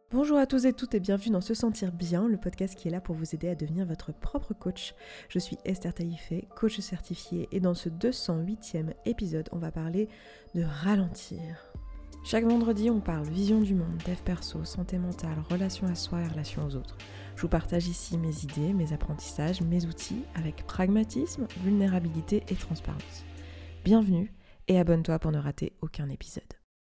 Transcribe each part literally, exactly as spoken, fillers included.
Bonjour à tous et toutes et bienvenue dans Se Sentir Bien, le podcast qui est là pour vous aider à devenir votre propre coach. Je suis Esther Taïfé, coach certifiée, et dans ce deux cent huitième épisode, on va parler de ralentir. Chaque vendredi, on parle vision du monde, dev perso, santé mentale, relation à soi et relation aux autres. Je vous partage ici mes idées, mes apprentissages, mes outils, avec pragmatisme, vulnérabilité et transparence. Bienvenue et abonne-toi pour ne rater aucun épisode.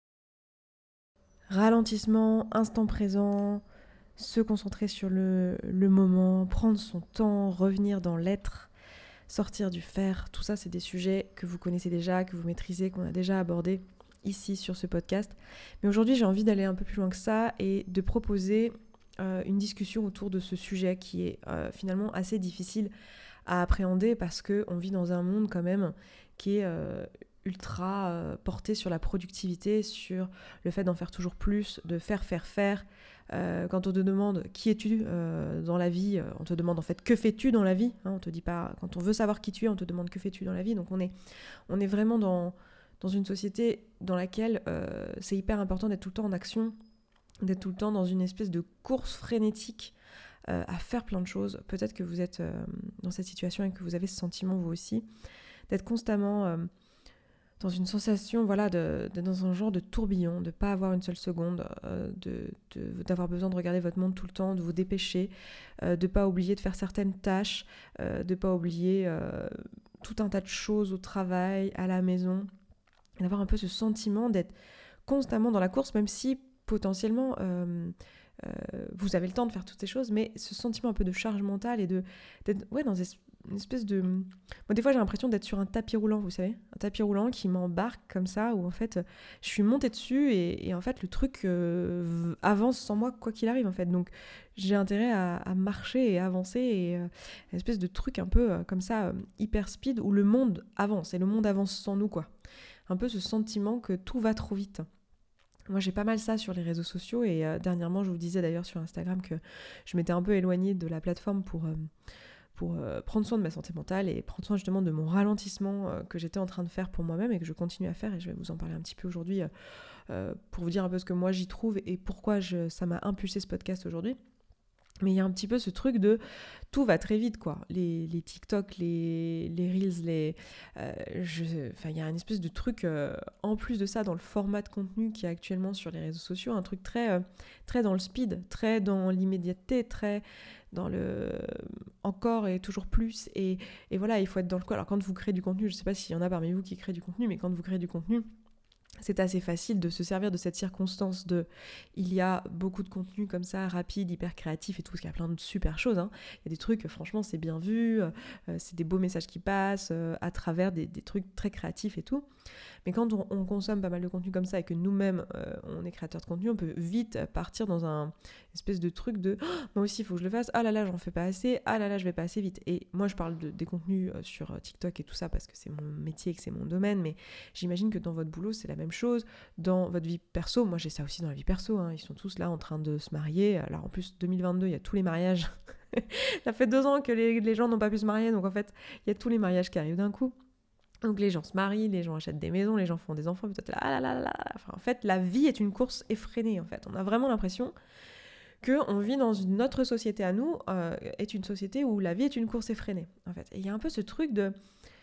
Ralentissement, instant présent, se concentrer sur le, le moment, prendre son temps, revenir dans l'être, sortir du faire, tout ça c'est des sujets que vous connaissez déjà, que vous maîtrisez, qu'on a déjà abordés ici sur ce podcast. Mais aujourd'hui j'ai envie d'aller un peu plus loin que ça et de proposer euh, une discussion autour de ce sujet qui est euh, finalement assez difficile à appréhender parce qu'on vit dans un monde quand même qui est... Euh, ultra euh, porté sur la productivité, sur le fait d'en faire toujours plus, de faire, faire, faire. Euh, quand on te demande qui es-tu euh, dans la vie, euh, on te demande en fait que fais-tu dans la vie, hein, on te dit pas, quand on veut savoir qui tu es, on te demande que fais-tu dans la vie. Donc on est, on est vraiment dans, dans une société dans laquelle euh, c'est hyper important d'être tout le temps en action, d'être tout le temps dans une espèce de course frénétique euh, à faire plein de choses. Peut-être que vous êtes euh, dans cette situation et que vous avez ce sentiment vous aussi, d'être constamment... Euh, dans une sensation, voilà, de, de, dans un genre de tourbillon, de ne pas avoir une seule seconde, euh, de, de, d'avoir besoin de regarder votre montre tout le temps, de vous dépêcher, euh, de ne pas oublier de faire certaines tâches, euh, de ne pas oublier euh, tout un tas de choses au travail, à la maison, et d'avoir un peu ce sentiment d'être constamment dans la course, même si potentiellement euh, euh, vous avez le temps de faire toutes ces choses, mais ce sentiment un peu de charge mentale et de, d'être ouais, dans une espèce de... Moi, des fois, j'ai l'impression d'être sur un tapis roulant, vous savez, un tapis roulant qui m'embarque comme ça, où en fait, je suis montée dessus et, et en fait, le truc euh, avance sans moi, quoi qu'il arrive, en fait. Donc, j'ai intérêt à, à marcher et avancer et euh, une espèce de truc un peu euh, comme ça, euh, hyper speed, où le monde avance et le monde avance sans nous, quoi. Un peu ce sentiment que tout va trop vite. Moi, j'ai pas mal ça sur les réseaux sociaux et euh, dernièrement, je vous disais d'ailleurs sur Instagram que je m'étais un peu éloignée de la plateforme pour... Euh, pour euh, prendre soin de ma santé mentale et prendre soin justement de mon ralentissement euh, que j'étais en train de faire pour moi-même et que je continue à faire, et je vais vous en parler un petit peu aujourd'hui euh, euh, pour vous dire un peu ce que moi j'y trouve et pourquoi je, ça m'a impulsé ce podcast aujourd'hui. Mais il y a un petit peu ce truc de tout va très vite, quoi. Les, les TikTok, les, les Reels, les, euh, je, enfin, il y a une espèce de truc, euh, en plus de ça, dans le format de contenu qui est actuellement sur les réseaux sociaux, un truc très, euh, très dans le speed, très dans l'immédiateté, très dans le encore et toujours plus. Et, et voilà, il faut être dans le coup. Alors quand vous créez du contenu, je ne sais pas s'il y en a parmi vous qui créent du contenu, mais quand vous créez du contenu, c'est assez facile de se servir de cette circonstance de il y a beaucoup de contenu comme ça, rapide, hyper créatif et tout, parce qu'il y a plein de super choses, hein. Il y a des trucs, franchement, c'est bien vu, euh, c'est des beaux messages qui passent euh, à travers des, des trucs très créatifs et tout. Mais quand on, on consomme pas mal de contenu comme ça et que nous-mêmes, euh, on est créateur de contenu, on peut vite partir dans un espèce de truc de oh, moi aussi, il faut que je le fasse, ah là là, j'en fais pas assez, ah là là, je vais pas assez vite. Et moi, je parle de, des contenus euh, sur TikTok et tout ça parce que c'est mon métier et que c'est mon domaine, mais j'imagine que dans votre boulot, c'est la même chose. Dans votre vie perso, moi j'ai ça aussi dans la vie perso, hein. Ils sont tous là en train de se marier. Alors en plus, deux mille vingt-deux, il y a tous les mariages. Ça fait deux ans que les, les gens n'ont pas pu se marier, donc en fait, il y a tous les mariages qui arrivent d'un coup. Donc les gens se marient, les gens achètent des maisons, les gens font des enfants, peut-être là, ah là là là. Enfin, en fait, la vie est une course effrénée, en fait. On a vraiment l'impression qu'on vit dans une autre société à nous, euh, est une société où la vie est une course effrénée, en fait. Et il y a un peu ce truc de...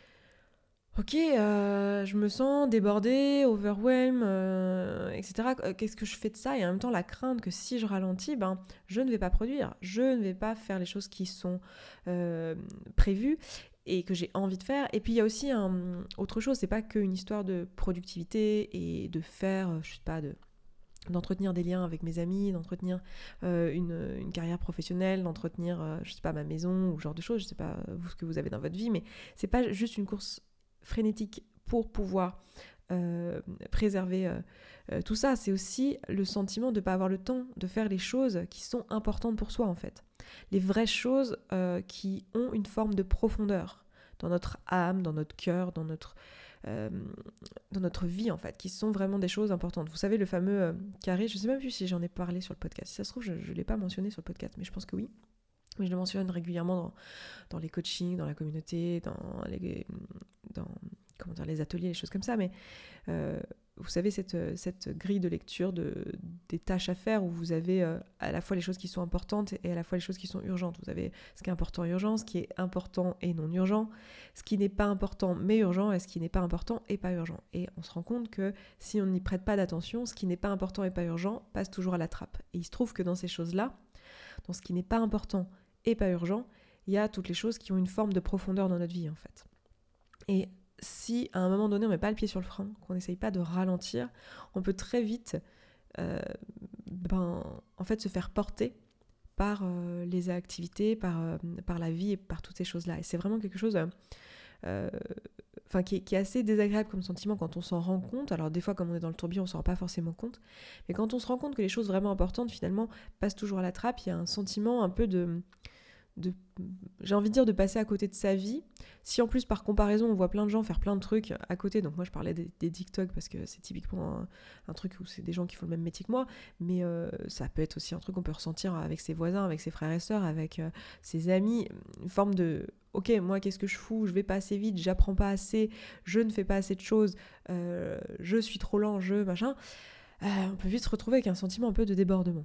Ok, euh, je me sens débordée, overwhelmed, euh, et cetera. Qu'est-ce que je fais de ça ? Et en même temps, la crainte que si je ralentis, ben, je ne vais pas produire, je ne vais pas faire les choses qui sont euh, prévues et que j'ai envie de faire. Et puis il y a aussi un, autre chose, c'est pas qu'une histoire de productivité et de faire, je sais pas, de, d'entretenir des liens avec mes amis, d'entretenir euh, une, une carrière professionnelle, d'entretenir, euh, je sais pas, ma maison ou ce genre de choses, je sais pas vous ce que vous avez dans votre vie, mais c'est pas juste une course frénétique pour pouvoir euh, préserver euh, euh, tout ça, c'est aussi le sentiment de ne pas avoir le temps de faire les choses qui sont importantes pour soi en fait. Les vraies choses euh, qui ont une forme de profondeur dans notre âme, dans notre cœur, dans notre, euh, dans notre vie en fait, qui sont vraiment des choses importantes. Vous savez le fameux euh, carré, je ne sais même plus si j'en ai parlé sur le podcast, si ça se trouve je ne l'ai pas mentionné sur le podcast, mais je pense que oui. Mais je le mentionne régulièrement dans, dans les coachings, dans la communauté, dans les, dans, comment dire, les ateliers, les choses comme ça. Mais euh, vous savez, cette, cette grille de lecture de, des tâches à faire où vous avez euh, à la fois les choses qui sont importantes et à la fois les choses qui sont urgentes. Vous avez ce qui est important et urgent, ce qui est important et non urgent, ce qui n'est pas important mais urgent et ce qui n'est pas important et pas urgent. Et on se rend compte que si on n'y prête pas d'attention, ce qui n'est pas important et pas urgent passe toujours à la trappe. Et il se trouve que dans ces choses-là, dans ce qui n'est pas important et pas urgent, il y a toutes les choses qui ont une forme de profondeur dans notre vie en fait. Et si à un moment donné on ne met pas le pied sur le frein, qu'on n'essaye pas de ralentir, on peut très vite euh, ben, en fait, se faire porter par euh, les activités, par, euh, par la vie et par toutes ces choses-là. Et c'est vraiment quelque chose euh, enfin, qui, est, qui est assez désagréable comme sentiment quand on s'en rend compte. Alors des fois, comme on est dans le tourbillon, on ne s'en rend pas forcément compte. Mais quand on se rend compte que les choses vraiment importantes, finalement, passent toujours à la trappe, il y a un sentiment un peu de... De, j'ai envie de dire de passer à côté de sa vie. Si en plus par comparaison on voit plein de gens faire plein de trucs à côté, donc moi je parlais des, des TikTok parce que c'est typiquement un, un truc où c'est des gens qui font le même métier que moi, mais euh, ça peut être aussi un truc qu'on peut ressentir avec ses voisins, avec ses frères et sœurs, avec euh, ses amis, une forme de ok, moi qu'est-ce que je fous, je vais pas assez vite, j'apprends pas assez, je ne fais pas assez de choses, euh, je suis trop lent, je machin, euh, on peut vite se retrouver avec un sentiment un peu de débordement.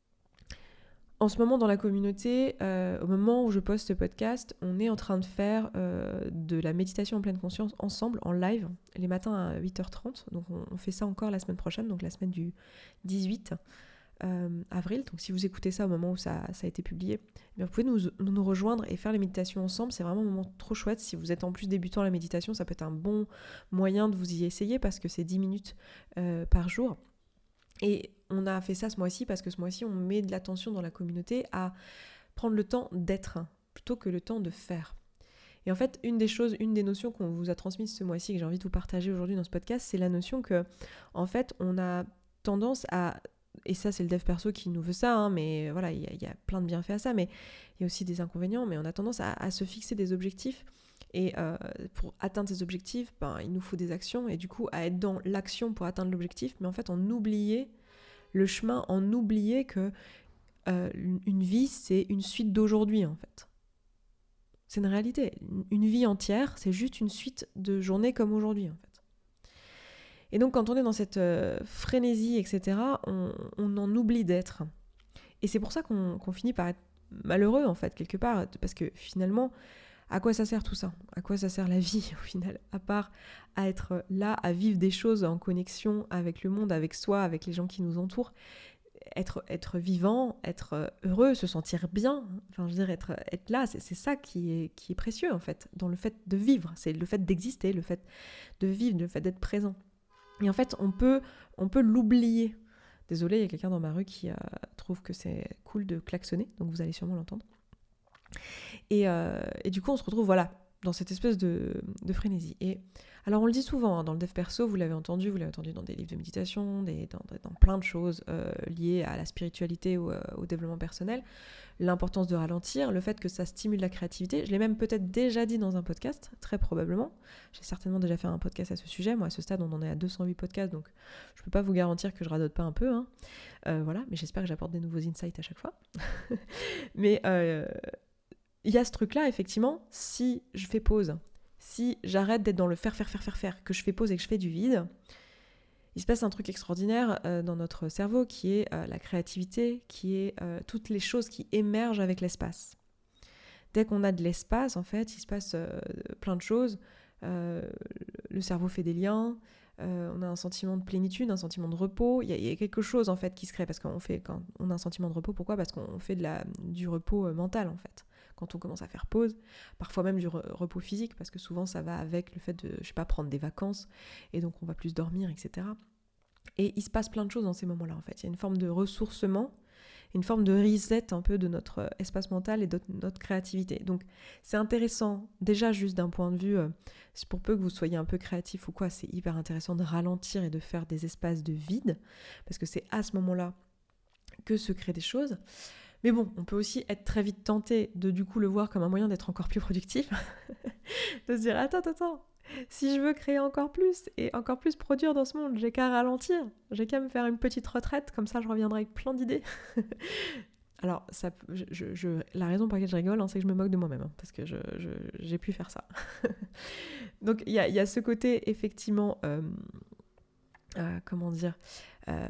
En ce moment, dans la communauté, euh, au moment où je poste ce podcast, on est en train de faire euh, de la méditation en pleine conscience ensemble, en live, les matins à huit heures trente. Donc on, on fait ça encore la semaine prochaine, donc la semaine du dix-huit euh, avril. Donc si vous écoutez ça au moment où ça, ça a été publié, eh bien, vous pouvez nous, nous rejoindre et faire les méditations ensemble. C'est vraiment un moment trop chouette. Si vous êtes en plus débutant à la méditation, ça peut être un bon moyen de vous y essayer parce que c'est dix minutes euh, par jour. Et on a fait ça ce mois-ci parce que ce mois-ci, on met de l'attention dans la communauté à prendre le temps d'être plutôt que le temps de faire. Et en fait, une des choses, une des notions qu'on vous a transmises ce mois-ci, que j'ai envie de vous partager aujourd'hui dans ce podcast, c'est la notion que, en fait, on a tendance à... Et ça, c'est le dev perso qui nous veut ça, hein, mais voilà, il y, y a plein de bienfaits à ça, mais il y a aussi des inconvénients, mais on a tendance à, à se fixer des objectifs. Et euh, pour atteindre ces objectifs, ben, il nous faut des actions, et du coup, à être dans l'action pour atteindre l'objectif, mais en fait, en oublier le chemin, en oublier que euh, une vie, c'est une suite d'aujourd'hui, en fait. C'est une réalité. Une vie entière, c'est juste une suite de journées comme aujourd'hui, en fait. Et donc, quand on est dans cette euh, frénésie, et cetera, on, on en oublie d'être. Et c'est pour ça qu'on, qu'on finit par être malheureux, en fait, quelque part, parce que finalement, à quoi ça sert tout ça ? À quoi ça sert la vie, au final ? À part à être là, à vivre des choses en connexion avec le monde, avec soi, avec les gens qui nous entourent. Être, être vivant, être heureux, se sentir bien, enfin, je veux dire, être, être là, c'est, c'est ça qui est, qui est précieux, en fait, dans le fait de vivre. C'est le fait d'exister, le fait de vivre, le fait d'être présent. Et en fait, on peut, on peut l'oublier. Désolée, il y a quelqu'un dans ma rue qui euh, trouve que c'est cool de klaxonner, donc vous allez sûrement l'entendre. Et, euh, et du coup, on se retrouve, voilà, dans cette espèce de, de frénésie. Et alors, on le dit souvent, hein, dans le dev perso, vous l'avez entendu, vous l'avez entendu dans des livres de méditation, des, dans, dans plein de choses euh, liées à la spiritualité ou euh, au développement personnel, l'importance de ralentir, le fait que ça stimule la créativité. Je l'ai même peut-être déjà dit dans un podcast, très probablement. J'ai certainement déjà fait un podcast à ce sujet. Moi, à ce stade, on en est à deux cent huit podcasts, donc je ne peux pas vous garantir que je radote pas un peu. Hein. Euh, voilà, mais j'espère que j'apporte des nouveaux insights à chaque fois. mais... Euh, il y a ce truc-là, effectivement, si je fais pause, si j'arrête d'être dans le faire, faire, faire, faire, faire, que je fais pause et que je fais du vide, il se passe un truc extraordinaire euh, dans notre cerveau qui est euh, la créativité, qui est euh, toutes les choses qui émergent avec l'espace. Dès qu'on a de l'espace, en fait, il se passe euh, plein de choses. Euh, le cerveau fait des liens, euh, on a un sentiment de plénitude, un sentiment de repos. Il y, y a quelque chose, en fait, qui se crée parce qu'on fait, quand on a un sentiment de repos, pourquoi ? Parce qu'on fait de la, du repos euh, mental, en fait. Quand on commence à faire pause, parfois même du re- repos physique, parce que souvent ça va avec le fait de, je sais pas, prendre des vacances, et donc on va plus dormir, et cetera. Et il se passe plein de choses dans ces moments-là, en fait. Il y a une forme de ressourcement, une forme de reset un peu de notre espace mental et de notre créativité. Donc c'est intéressant, déjà juste d'un point de vue, euh, pour peu que vous soyez un peu créatif ou quoi, c'est hyper intéressant de ralentir et de faire des espaces de vide, parce que c'est à ce moment-là que se créent des choses. Mais bon, on peut aussi être très vite tenté de du coup le voir comme un moyen d'être encore plus productif, de se dire attends, attends, attends, si je veux créer encore plus et encore plus produire dans ce monde, j'ai qu'à ralentir, j'ai qu'à me faire une petite retraite, comme ça je reviendrai avec plein d'idées. Alors, ça, je, je, je, la raison pour laquelle je rigole, hein, c'est que je me moque de moi-même, hein, parce que je, je, j'ai pu faire ça. Donc il y a, y a ce côté effectivement... Euh, euh, comment dire, euh,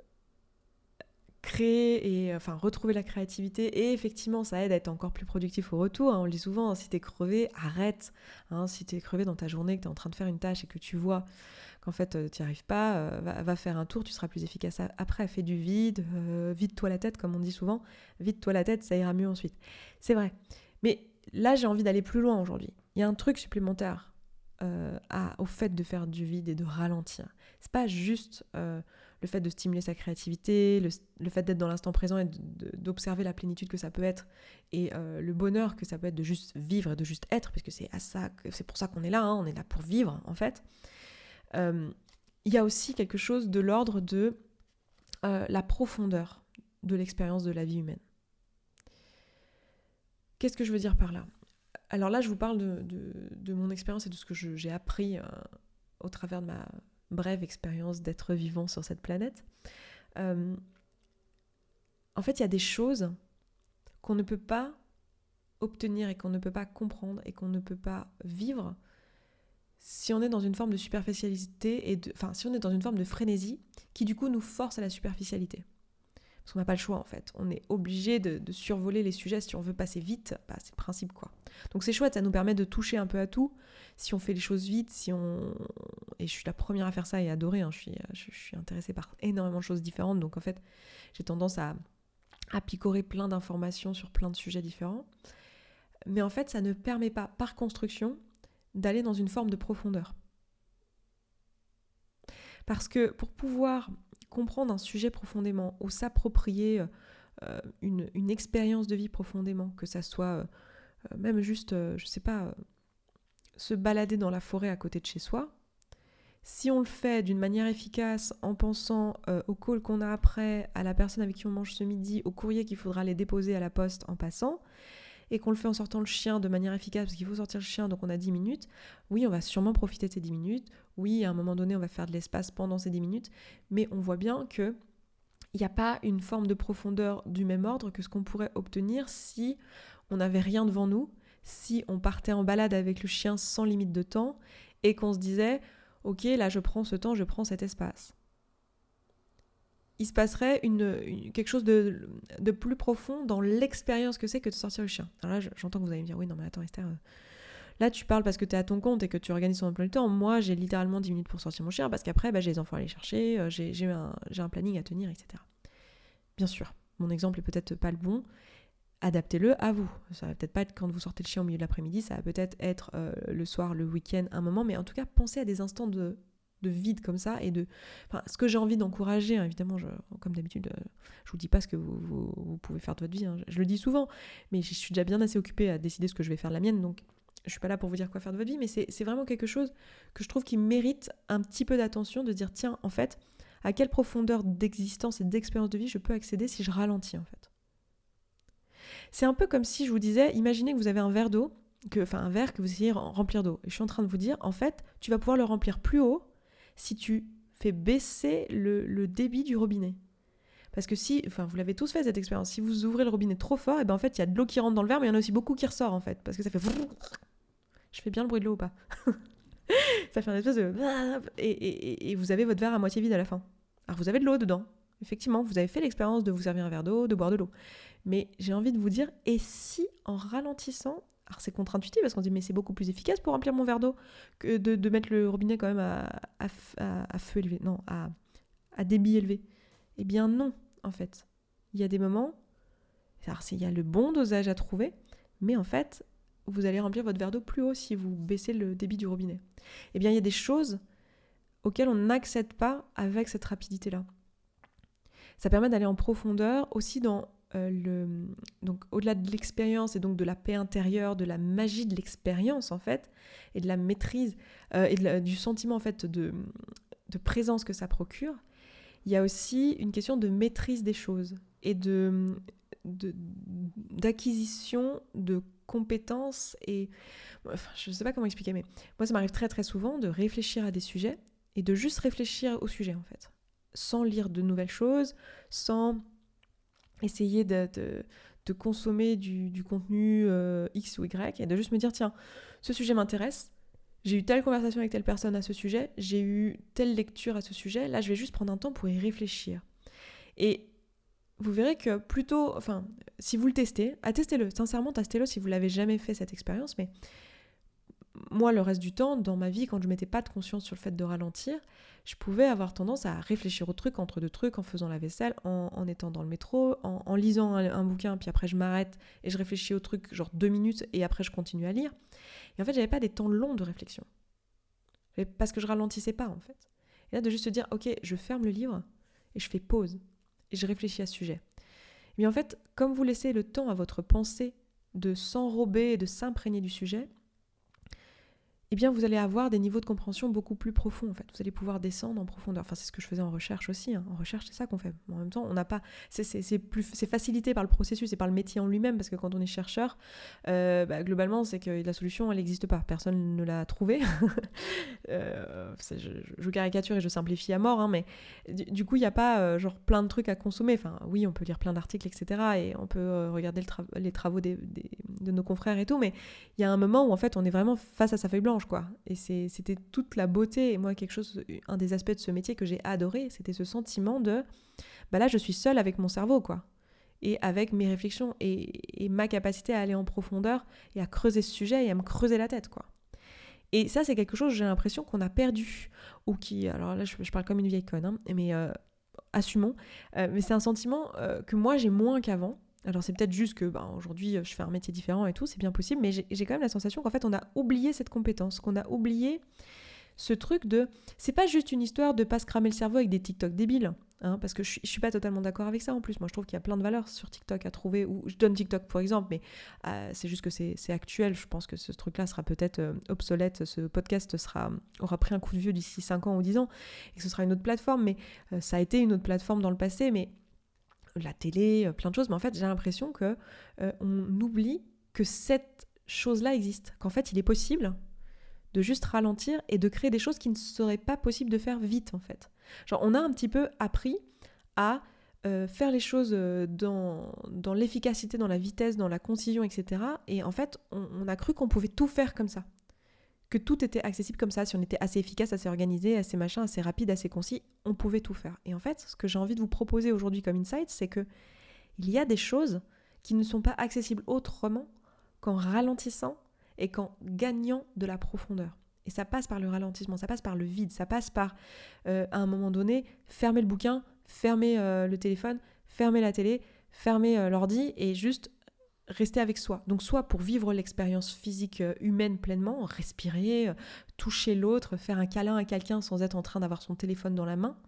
créer et enfin retrouver la créativité, et effectivement ça aide à être encore plus productif au retour, hein. On le dit souvent, hein, si t'es crevé, arrête, hein. Si t'es crevé dans ta journée, que t'es en train de faire une tâche et que tu vois qu'en fait tu n'y arrives pas, euh, va, va faire un tour, tu seras plus efficace après. Fais du vide, euh, vide-toi la tête comme on dit souvent, vide-toi la tête, ça ira mieux ensuite. C'est vrai, mais là j'ai envie d'aller plus loin aujourd'hui. Il y a un truc supplémentaire euh, à, au fait de faire du vide et de ralentir. C'est pas juste euh, le fait de stimuler sa créativité, le, le fait d'être dans l'instant présent et de, de, d'observer la plénitude que ça peut être, et euh, le bonheur que ça peut être de juste vivre et de juste être, parce que c'est, à ça, c'est pour ça qu'on est là, hein, on est là pour vivre en fait. Euh, il y a aussi quelque chose de l'ordre de euh, la profondeur de l'expérience de la vie humaine. Qu'est-ce que je veux dire par là ? Alors là, je vous parle de, de, de mon expérience et de ce que je, j'ai appris euh, au travers de ma brève expérience d'être vivant sur cette planète. Euh, en fait, il y a des choses qu'on ne peut pas obtenir et qu'on ne peut pas comprendre et qu'on ne peut pas vivre si on est dans une forme de superficialité et de, enfin, si on est dans une forme de frénésie qui du coup nous force à la superficialité. Parce qu'on n'a pas le choix en fait. On est obligé de, de survoler les sujets si on veut passer vite. Bah, c'est le principe quoi. Donc c'est chouette, ça nous permet de toucher un peu à tout. Si on fait les choses vite, si on... Et je suis la première à faire ça et à adorer. Hein. Je, suis, je, je suis intéressée par énormément de choses différentes. Donc en fait, j'ai tendance à, à picorer plein d'informations sur plein de sujets différents. Mais en fait, ça ne permet pas, par construction, d'aller dans une forme de profondeur. Parce que pour pouvoir comprendre un sujet profondément ou s'approprier euh, une, une expérience de vie profondément, que ça soit euh, même juste, euh, je sais pas, euh, se balader dans la forêt à côté de chez soi, si on le fait d'une manière efficace en pensant euh, au call qu'on a après, à la personne avec qui on mange ce midi, au courrier qu'il faudra aller déposer à la poste en passant, et qu'on le fait en sortant le chien de manière efficace, parce qu'il faut sortir le chien, donc on a dix minutes, oui, on va sûrement profiter de ces dix minutes, oui, à un moment donné, on va faire de l'espace pendant ces dix minutes, mais on voit bien qu'il n'y a pas une forme de profondeur du même ordre que ce qu'on pourrait obtenir si on n'avait rien devant nous, si on partait en balade avec le chien sans limite de temps, et qu'on se disait, ok, là je prends ce temps, je prends cet espace. Il se passerait une, une, quelque chose de, de plus profond dans l'expérience que c'est que de sortir le chien. Alors là, j'entends que vous allez me dire, oui, non mais attends Esther, euh, là tu parles parce que tu es à ton compte et que tu organises ton emploi du temps. Moi, j'ai littéralement dix minutes pour sortir mon chien parce qu'après, bah, j'ai les enfants à aller chercher, euh, j'ai, j'ai, un, j'ai un planning à tenir, et cetera. Bien sûr, mon exemple est peut-être pas le bon. Adaptez-le à vous. Ça va peut-être pas être quand vous sortez le chien au milieu de l'après-midi, ça va peut-être être euh, le soir, le week-end, un moment, mais en tout cas, pensez à des instants de... de vide comme ça et de enfin, ce que j'ai envie d'encourager, hein, évidemment je, comme d'habitude euh, je vous dis pas ce que vous, vous, vous pouvez faire de votre vie, hein. je, je le dis souvent, mais je suis déjà bien assez occupée à décider ce que je vais faire de la mienne, donc je suis pas là pour vous dire quoi faire de votre vie, mais c'est, c'est vraiment quelque chose que je trouve qui mérite un petit peu d'attention, de dire tiens en fait à quelle profondeur d'existence et d'expérience de vie je peux accéder si je ralentis en fait. C'est un peu comme si je vous disais, imaginez que vous avez un verre d'eau, que, enfin un verre que vous essayez de remplir d'eau, et je suis en train de vous dire en fait tu vas pouvoir le remplir plus haut si tu fais baisser le, le débit du robinet. Parce que si, enfin vous l'avez tous fait cette expérience, si vous ouvrez le robinet trop fort, et ben en fait il y a de l'eau qui rentre dans le verre, mais il y en a aussi beaucoup qui ressort en fait, parce que ça fait... Je fais bien le bruit de l'eau ou pas? Ça fait un espèce de... Et, et, et vous avez votre verre à moitié vide à la fin. Alors vous avez de l'eau dedans. Effectivement, vous avez fait l'expérience de vous servir un verre d'eau, de boire de l'eau. Mais j'ai envie de vous dire, et si en ralentissant... Alors c'est contre-intuitif parce qu'on se dit mais c'est beaucoup plus efficace pour remplir mon verre d'eau que de, de mettre le robinet quand même à, à, à, à feu élevé, non, à, à débit élevé. Eh bien non, en fait. Il y a des moments, alors il y a le bon dosage à trouver, mais en fait, vous allez remplir votre verre d'eau plus haut si vous baissez le débit du robinet. Eh bien il y a des choses auxquelles on n'accède pas avec cette rapidité-là. Ça permet d'aller en profondeur aussi dans... Euh, le, donc au-delà de l'expérience et donc de la paix intérieure, de la magie de l'expérience en fait, et de la maîtrise euh, et de la, du sentiment en fait de, de présence que ça procure, il y a aussi une question de maîtrise des choses et de, de d'acquisition de compétences et enfin, je ne sais pas comment expliquer, mais moi ça m'arrive très très souvent de réfléchir à des sujets et de juste réfléchir au sujet en fait, sans lire de nouvelles choses, sans essayer de, de, de consommer du, du contenu euh, X ou Y et de juste me dire tiens, ce sujet m'intéresse, j'ai eu telle conversation avec telle personne à ce sujet, j'ai eu telle lecture à ce sujet, là je vais juste prendre un temps pour y réfléchir. Et vous verrez que plutôt, enfin, si vous le testez, ah, testez-le, sincèrement, testez-le si vous l'avez jamais fait cette expérience, mais moi, le reste du temps, dans ma vie, quand je mettais pas de conscience sur le fait de ralentir, je pouvais avoir tendance à réfléchir au truc, entre deux trucs, en faisant la vaisselle, en, en étant dans le métro, en, en lisant un, un bouquin, puis après je m'arrête et je réfléchis au truc genre deux minutes et après je continue à lire. Et en fait, j'avais pas des temps longs de réflexion. Parce que je ralentissais pas, en fait. Et là, de juste se dire, ok, je ferme le livre et je fais pause et je réfléchis à ce sujet. Mais en fait, comme vous laissez le temps à votre pensée de s'enrober et de s'imprégner du sujet, eh bien vous allez avoir des niveaux de compréhension beaucoup plus profonds en fait. Vous allez pouvoir descendre en profondeur. Enfin, c'est ce que je faisais en recherche aussi. Hein. En recherche, c'est ça qu'on fait. En même temps, on n'a pas, c'est, c'est, c'est, plus, c'est facilité par le processus et par le métier en lui-même, parce que quand on est chercheur, euh, bah, globalement, c'est que la solution, elle n'existe pas. Personne ne l'a trouvée. euh, je, je caricature et je simplifie à mort, hein, mais du, du coup, il n'y a pas euh, genre plein de trucs à consommer. Enfin, oui, on peut lire plein d'articles, et cetera. Et on peut euh, regarder le tra- les travaux des, des, de nos confrères et tout, mais il y a un moment où en fait, on est vraiment face à sa feuille blanche, quoi. Et c'est, c'était toute la beauté, et moi quelque chose, un des aspects de ce métier que j'ai adoré, c'était ce sentiment de bah là je suis seule avec mon cerveau, quoi, et avec mes réflexions et, et ma capacité à aller en profondeur et à creuser ce sujet et à me creuser la tête, quoi. Et ça, c'est quelque chose, j'ai l'impression qu'on a perdu, ou qui, alors là je, je parle comme une vieille conne, hein, mais euh, assumons, euh, mais c'est un sentiment euh, que moi j'ai moins qu'avant. Alors c'est peut-être juste que bah, aujourd'hui je fais un métier différent et tout, c'est bien possible, mais j'ai, j'ai quand même la sensation qu'en fait on a oublié cette compétence, qu'on a oublié ce truc de... C'est pas juste une histoire de pas se cramer le cerveau avec des TikTok débiles, hein, parce que je, je suis pas totalement d'accord avec ça en plus. Moi je trouve qu'il y a plein de valeurs sur TikTok à trouver, ou je donne TikTok pour exemple, mais euh, c'est juste que c'est, c'est actuel. Je pense que ce truc-là sera peut-être euh, obsolète, ce podcast sera, aura pris un coup de vieux d'ici cinq ans ou dix ans, et que ce sera une autre plateforme, mais euh, ça a été une autre plateforme dans le passé, mais la télé, plein de choses, mais en fait j'ai l'impression que euh, on oublie que cette chose-là existe, qu'en fait il est possible de juste ralentir et de créer des choses qui ne seraient pas possibles de faire vite en fait. Genre on a un petit peu appris à euh, faire les choses dans, dans l'efficacité, dans la vitesse, dans la concision, et cetera. Et en fait on, on a cru qu'on pouvait tout faire comme ça, que tout était accessible comme ça, si on était assez efficace, assez organisé, assez machin, assez rapide, assez concis, on pouvait tout faire. Et en fait, ce que j'ai envie de vous proposer aujourd'hui comme insight, c'est que il y a des choses qui ne sont pas accessibles autrement qu'en ralentissant et qu'en gagnant de la profondeur. Et ça passe par le ralentissement, ça passe par le vide, ça passe par, euh, à un moment donné, fermer le bouquin, fermer euh, le téléphone, fermer la télé, fermer euh, l'ordi et juste rester avec soi. Donc soit pour vivre l'expérience physique humaine pleinement, respirer, toucher l'autre, faire un câlin à quelqu'un sans être en train d'avoir son téléphone dans la main.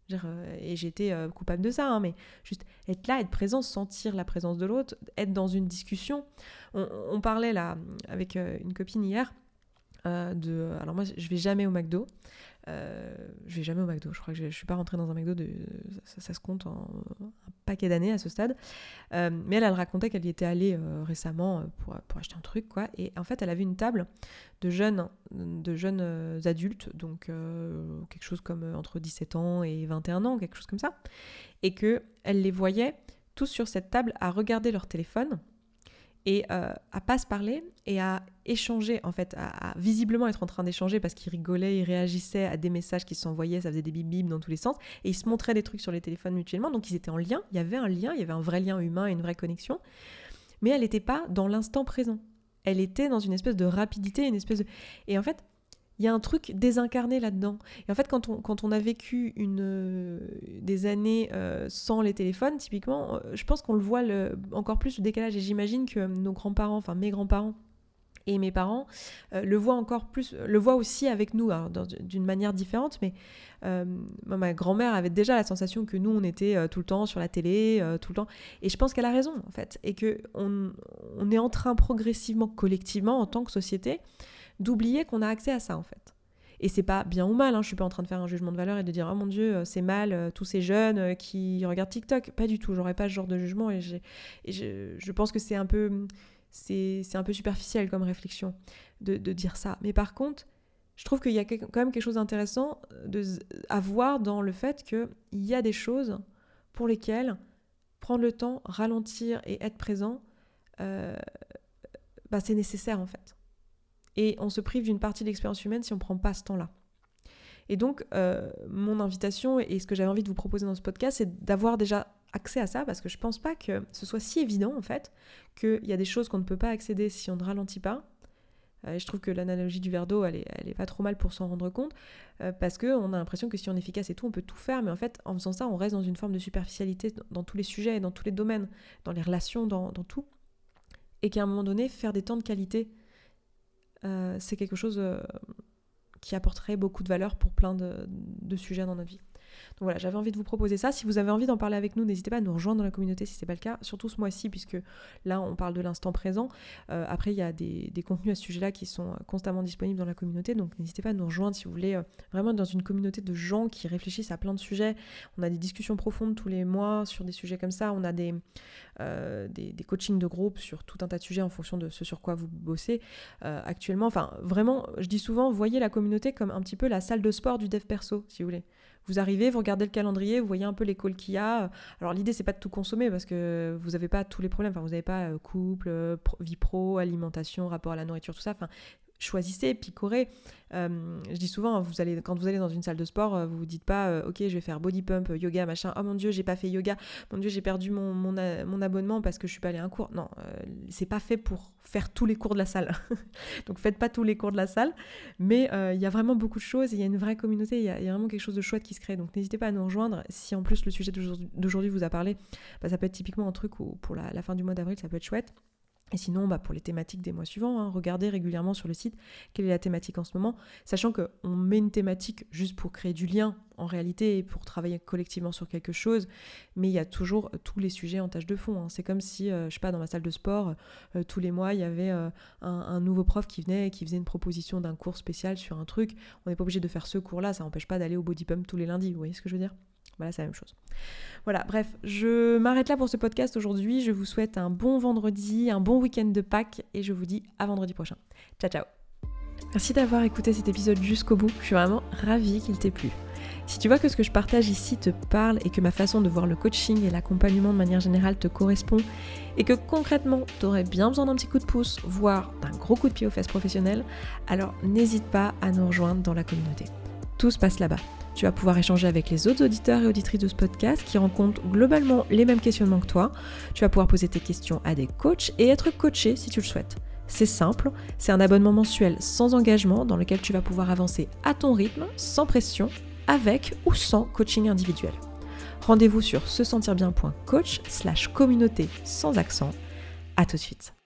Et j'étais coupable de ça, hein, mais juste être là, être présent, sentir la présence de l'autre, être dans une discussion. On, on parlait là avec une copine hier euh, de... Alors moi, je vais jamais au McDo. Euh, je vais jamais au McDo. Je crois que je, je suis pas rentrée dans un McDo, de, ça, ça se compte en un paquet d'années à ce stade. Euh, mais elle, elle racontait qu'elle y était allée euh, récemment pour, pour acheter un truc, quoi. Et en fait, elle avait une table de jeunes, de jeunes euh, adultes, donc euh, quelque chose comme euh, entre dix-sept ans et vingt et un ans, quelque chose comme ça. Et qu'elle les voyait tous sur cette table à regarder leur téléphone et euh, à pas se parler et à échanger, en fait, à, à visiblement être en train d'échanger parce qu'ils rigolaient, ils réagissaient à des messages qui s'envoyaient, ça faisait des bip bip dans tous les sens, et ils se montraient des trucs sur les téléphones mutuellement, donc ils étaient en lien, il y avait un lien, il y avait un vrai lien humain et une vraie connexion, mais elle n'était pas dans l'instant présent. Elle était dans une espèce de rapidité, une espèce de... Et en fait, il y a un truc désincarné là-dedans. Et en fait, quand on, quand on a vécu une, euh, des années euh, sans les téléphones, typiquement, euh, je pense qu'on le voit le, encore plus le décalage. Et j'imagine que nos grands-parents, enfin mes grands-parents et mes parents, euh, le voient encore plus, le voient aussi avec nous, alors, dans, d'une manière différente. Mais euh, ma grand-mère avait déjà la sensation que nous, on était euh, tout le temps sur la télé, euh, tout le temps. Et je pense qu'elle a raison, en fait. Et qu'on on est en train progressivement, collectivement, en tant que société, d'oublier qu'on a accès à ça, en fait. Et c'est pas bien ou mal, hein, je suis pas en train de faire un jugement de valeur et de dire « Oh mon Dieu, c'est mal, euh, tous ces jeunes euh, qui regardent TikTok ». Pas du tout, j'aurais pas ce genre de jugement et, j'ai, et je, je pense que c'est un peu, c'est, c'est un peu superficiel comme réflexion de, de dire ça. Mais par contre, je trouve qu'il y a quand même quelque chose d'intéressant de, à voir dans le fait qu'il y a des choses pour lesquelles prendre le temps, ralentir et être présent, euh, bah c'est nécessaire en fait. et on se prive d'une partie de l'expérience humaine si on ne prend pas ce temps-là. Et donc, euh, mon invitation et ce que j'avais envie de vous proposer dans ce podcast, c'est d'avoir déjà accès à ça, parce que je ne pense pas que ce soit si évident, en fait, qu'il y a des choses qu'on ne peut pas accéder si on ne ralentit pas. Euh, et je trouve que l'analogie du verre d'eau, elle est, elle est pas trop mal pour s'en rendre compte, euh, parce qu'on a l'impression que si on est efficace et tout, on peut tout faire, mais en fait, en faisant ça, on reste dans une forme de superficialité dans, dans tous les sujets et dans tous les domaines, dans les relations, dans, dans tout. Et qu'à un moment donné, faire des temps de qualité, euh, c'est quelque chose... Euh, qui apporterait beaucoup de valeur pour plein de, de sujets dans notre vie. Donc voilà, j'avais envie de vous proposer ça. Si vous avez envie d'en parler avec nous, n'hésitez pas à nous rejoindre dans la communauté si ce n'est pas le cas, surtout ce mois-ci, puisque là, on parle de l'instant présent. Euh, après, il y a des, des contenus à ce sujet-là qui sont constamment disponibles dans la communauté, donc n'hésitez pas à nous rejoindre si vous voulez euh, vraiment être dans une communauté de gens qui réfléchissent à plein de sujets. On a des discussions profondes tous les mois sur des sujets comme ça. On a des, euh, des, des coachings de groupe sur tout un tas de sujets en fonction de ce sur quoi vous bossez euh, actuellement. Enfin, vraiment, je dis souvent, voyez la communauté comme un petit peu la salle de sport du dev perso, si vous voulez. Vous arrivez, vous regardez le calendrier, vous voyez un peu les calls qu'il y a. Alors l'idée, c'est pas de tout consommer parce que vous n'avez pas tous les problèmes. Enfin, vous n'avez pas euh, couple, euh, pro, vie pro, alimentation, rapport à la nourriture, tout ça. Enfin, choisissez, picorez. Euh, je dis souvent, vous allez, quand vous allez dans une salle de sport, euh, vous vous dites pas euh, ok, je vais faire body pump, yoga, machin. Oh mon Dieu, j'ai pas fait yoga. Mon Dieu, j'ai perdu mon, mon, mon abonnement parce que je suis pas allée à un cours. Non, euh, c'est pas fait pour faire tous les cours de la salle. Donc faites pas tous les cours de la salle. Mais il euh, y a vraiment beaucoup de choses. Il y a une vraie communauté. Il y, y a vraiment quelque chose de chouette qui se crée. Donc n'hésitez pas à nous rejoindre. Si en plus le sujet d'aujourd'hui, d'aujourd'hui vous a parlé, bah, ça peut être typiquement un truc où pour la, la fin du mois d'avril, ça peut être chouette. Et sinon, bah, pour les thématiques des mois suivants, hein, regardez régulièrement sur le site quelle est la thématique en ce moment, sachant qu'on met une thématique juste pour créer du lien en réalité et pour travailler collectivement sur quelque chose, mais il y a toujours tous les sujets en tâche de fond. Hein. C'est comme si, euh, je sais pas, dans ma salle de sport, euh, tous les mois, il y avait euh, un, un nouveau prof qui venait et qui faisait une proposition d'un cours spécial sur un truc. On n'est pas obligé de faire ce cours-là, ça n'empêche pas d'aller au body pump tous les lundis, vous voyez ce que je veux dire ? Voilà, c'est la même chose. Voilà, bref, je m'arrête là pour ce podcast aujourd'hui. Je vous souhaite un bon vendredi, un bon week-end de Pâques et je vous dis à vendredi prochain. Ciao, ciao. Merci d'avoir écouté cet épisode jusqu'au bout. Je suis vraiment ravie qu'il t'ait plu. Si tu vois que ce que je partage ici te parle et que ma façon de voir le coaching et l'accompagnement de manière générale te correspond et que concrètement tu aurais bien besoin d'un petit coup de pouce, voire d'un gros coup de pied aux fesses professionnelles, alors n'hésite pas à nous rejoindre dans la communauté. Tout se passe là-bas. Tu vas pouvoir échanger avec les autres auditeurs et auditrices de ce podcast qui rencontrent globalement les mêmes questionnements que toi. Tu vas pouvoir poser tes questions à des coachs et être coaché si tu le souhaites. C'est simple, c'est un abonnement mensuel sans engagement dans lequel tu vas pouvoir avancer à ton rythme, sans pression, avec ou sans coaching individuel. Rendez-vous sur se sentir bien point coach slash communauté sans accent. À tout de suite.